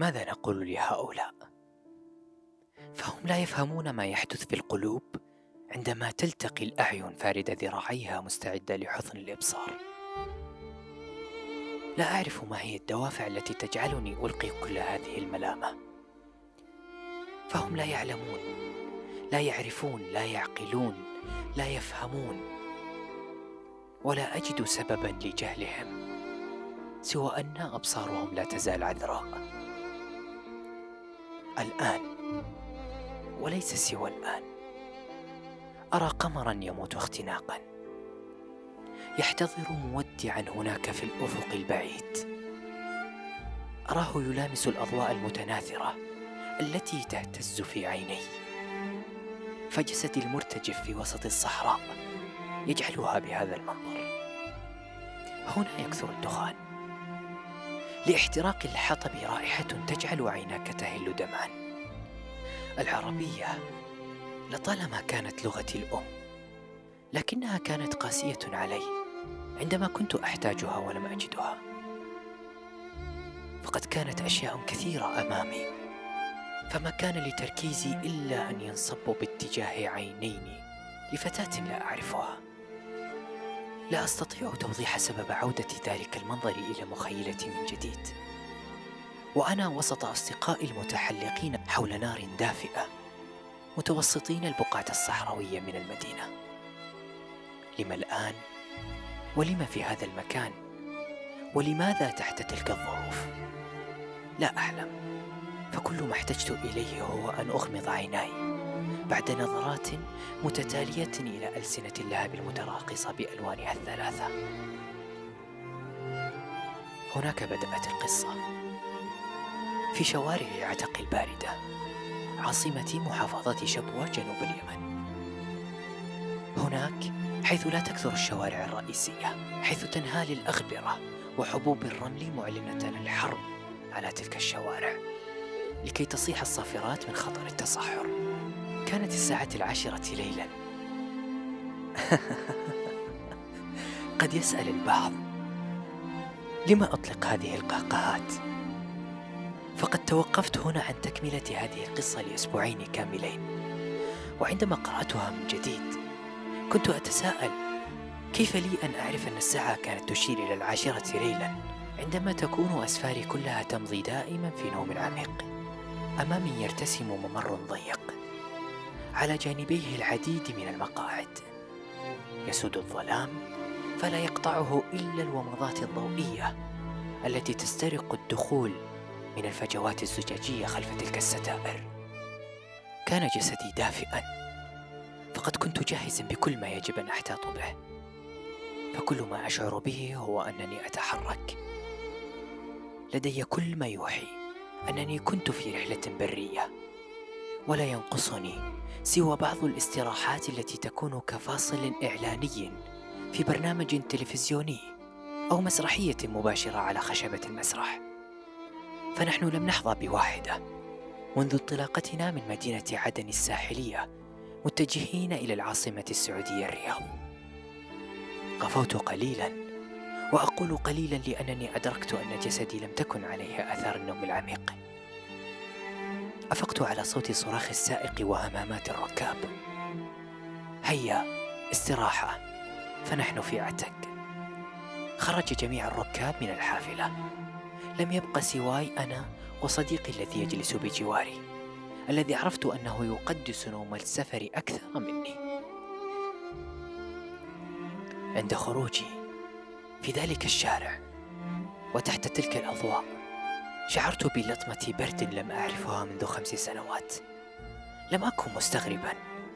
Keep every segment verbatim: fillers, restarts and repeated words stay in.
ماذا نقول لهؤلاء؟ فهم لا يفهمون ما يحدث في القلوب عندما تلتقي الأعين فاردة ذراعيها مستعدة لحضن الإبصار. لا أعرف ما هي الدوافع التي تجعلني ألقي كل هذه الملامة، فهم لا يعلمون، لا يعرفون، لا يعقلون، لا يفهمون، ولا أجد سببا لجهلهم سوى أن أبصارهم لا تزال عذراء. الآن، وليس سوى الآن، أرى قمرا يموت اختناقا، يحتضر مودعا هناك في الأفق البعيد. أراه يلامس الأضواء المتناثرة التي تهتز في عيني، فجسدي المرتجف في وسط الصحراء يجعلها بهذا المنظر. هنا يكثر الدخان، لاحتراق الحطب رائحة تجعل عيناك تهل دمعا. العربية لطالما كانت لغتي الأم، لكنها كانت قاسية علي عندما كنت أحتاجها ولم أجدها، فقد كانت أشياء كثيرة أمامي، فما كان لتركيزي إلا أن ينصب باتجاه عينين لفتاة لا أعرفها. لا أستطيع توضيح سبب عودة ذلك المنظر إلى مخيلتي من جديد، وأنا وسط أصدقائي المتحلقين حول نار دافئة متوسطين البقعة الصحراوية من المدينة. لما الآن؟ ولم في هذا المكان؟ ولماذا تحت تلك الظروف؟ لا أعلم، فكل ما احتجت إليه هو أن أغمض عيناي بعد نظرات متتالية إلى ألسنة اللهب المتراقصة بألوانها الثلاثة. هناك بدأت القصة، في شوارع عتق الباردة، عاصمة محافظة شبوة جنوب اليمن. هناك حيث لا تكثر الشوارع الرئيسية، حيث تنهال الأغبرة وحبوب الرمل معلنة الحرب على تلك الشوارع لكي تصيح الصافرات من خطر التصحر. كانت الساعة العاشرة ليلا. قد يسأل البعض لما أطلق هذه القهقهات، فقد توقفت هنا عن تكملة هذه القصة لأسبوعين كاملين، وعندما قرأتها من جديد كنت أتساءل كيف لي أن أعرف أن الساعة كانت تشير إلى العاشرة ليلا عندما تكون أسفاري كلها تمضي دائما في نوم عميق. أمامي يرتسم ممر ضيق على جانبيه العديد من المقاعد، يسود الظلام فلا يقطعه إلا الومضات الضوئية التي تسترق الدخول من الفجوات الزجاجية خلف تلك الستائر. كان جسدي دافئا، فقد كنت جاهزا بكل ما يجب أن أحتاط به، فكل ما أشعر به هو أنني أتحرك. لدي كل ما يوحي أنني كنت في رحلة برية، ولا ينقصني سوى بعض الاستراحات التي تكون كفاصل إعلاني في برنامج تلفزيوني أو مسرحية مباشرة على خشبة المسرح. فنحن لم نحظى بواحدة منذ انطلاقتنا من مدينة عدن الساحلية متجهين إلى العاصمة السعودية الرياض. غفوت قليلا، وأقول قليلا لأنني أدركت أن جسدي لم تكن عليه آثار النوم العميق. أفقت على صوت صراخ السائق وهمامات الركاب. هيا استراحة، فنحن في عتق. خرج جميع الركاب من الحافلة، لم يبق سواي أنا وصديقي الذي يجلس بجواري، الذي عرفت أنه يقدس نوم السفر أكثر مني. عند خروجي في ذلك الشارع وتحت تلك الأضواء شعرت بلطمة برد لم أعرفها منذ خمس سنوات. لم أكن مستغربا،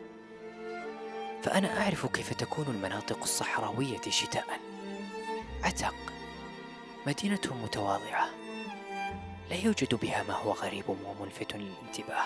فأنا أعرف كيف تكون المناطق الصحراوية شتاء. عتق مدينة متواضعة لا يوجد بها ما هو غريب وملفت للانتباه،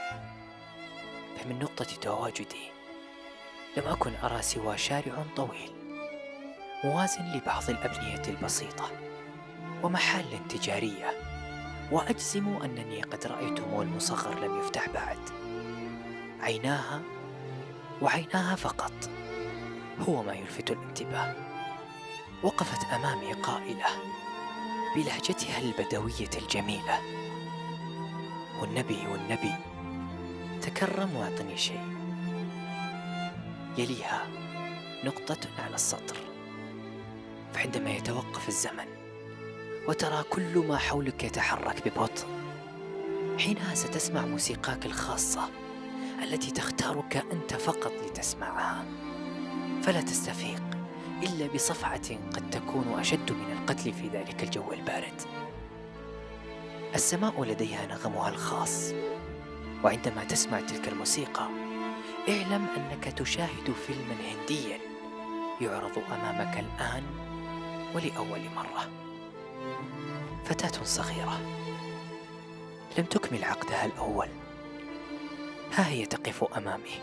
فمن نقطة تواجدي لم أكن أرى سوى شارع طويل موازن لبعض الأبنية البسيطة ومحال تجارية، وأجزم أنني قد رأيت مول مصغر لم يفتح بعد. عيناها وعيناها فقط هو ما يلفت الانتباه. وقفت أمامي قائلة بلهجتها البدوية الجميلة: والنبي والنبي تكرم واعطني شيء. يليها نقطة على السطر. فعندما يتوقف الزمن وترى كل ما حولك يتحرك ببطء، حينها ستسمع موسيقاك الخاصة التي تختارك أنت فقط لتسمعها، فلا تستفيق إلا بصفعة قد تكون أشد من القتل في ذلك الجو البارد. السماء لديها نغمها الخاص، وعندما تسمع تلك الموسيقى اعلم أنك تشاهد فيلما هنديا يعرض أمامك الآن ولأول مرة. فتاة صغيرة لم تكمل عقدها الأول، ها هي تقف أمامي،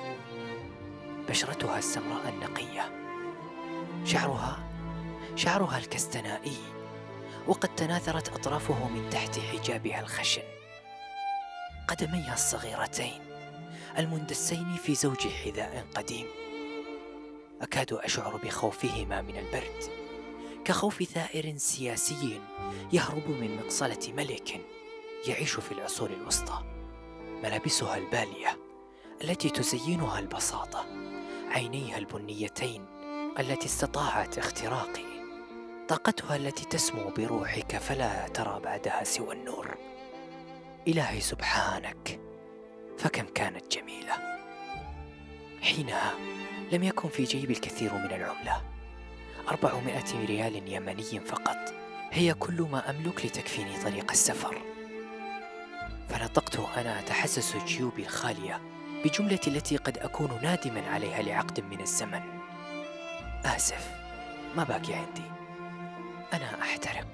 بشرتها السمراء النقية، شعرها شعرها الكستنائي، وقد تناثرت أطرافه من تحت حجابها الخشن. قدميها الصغيرتين المندسين في زوج حذاء قديم، أكاد أشعر بخوفهما من البرد كخوف ثائر سياسي يهرب من مقصلة ملك يعيش في العصور الوسطى. ملابسها البالية التي تزينها البساطة، عينيها البنيتين التي استطاعت اختراقي، طاقتها التي تسمو بروحك فلا ترى بعدها سوى النور. إلهي سبحانك، فكم كانت جميلة. حينها لم يكن في جيبي الكثير من العملة، أربعمائة ريال يمني فقط، هي كل ما أملك لتكفيني طريق السفر. فنطقت أنا أتحسس جيوبي الخالية بجملة التي قد أكون نادما عليها لعقد من الزمن: آسف، ما باقي عندي، أنا أحترق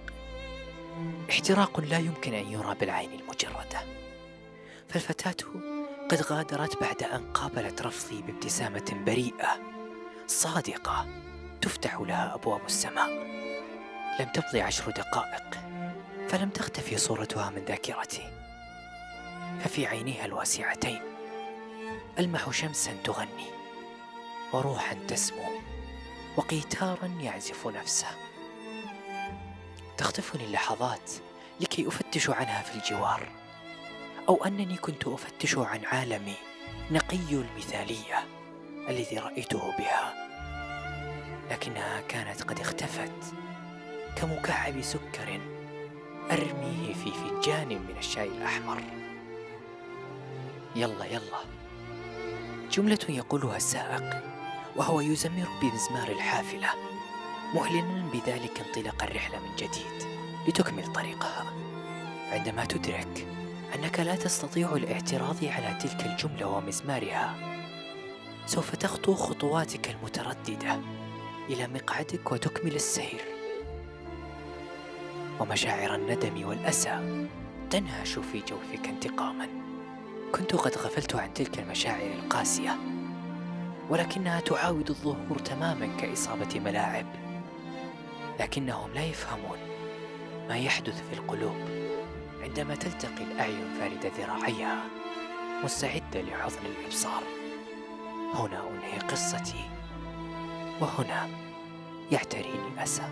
احتراق لا يمكن أن يرى بالعين المجردة. فالفتاة قد غادرت بعد أن قابلت رفضي بابتسامة بريئة صادقة تفتح لها أبواب السماء. لم تمضي عشر دقائق فلم تختفي صورتها من ذاكرتي، ففي عينيها الواسعتين ألمح شمسا تغني، وروحا تسمو، وقيثارا يعزف نفسه. تخطفني اللحظات لكي أفتش عنها في الجوار، أو أنني كنت أفتش عن عالمي نقي المثالية الذي رأيته بها، لكنها كانت قد اختفت كمكعب سكر أرميه في فنجان من الشاي الأحمر. يلا يلا، جملة يقولها السائق وهو يزمر بمزمار الحافلة، معلنا بذلك انطلاق الرحلة من جديد لتكمل طريقها. عندما تدرك أنك لا تستطيع الاعتراض على تلك الجملة ومزمارها، سوف تخطو خطواتك المترددة إلى مقعدك وتكمل السير، ومشاعر الندم والأسى تنهش في جوفك انتقاما. كنت قد غفلت عن تلك المشاعر القاسية، ولكنها تعاود الظهور تماما كإصابة ملاعب. لكنهم لا يفهمون ما يحدث في القلوب عندما تلتقي الأعين فارد ذراعيها مستعدة لحضن الإبصار. هنا أنهي قصتي، وهنا يعتريني أسى.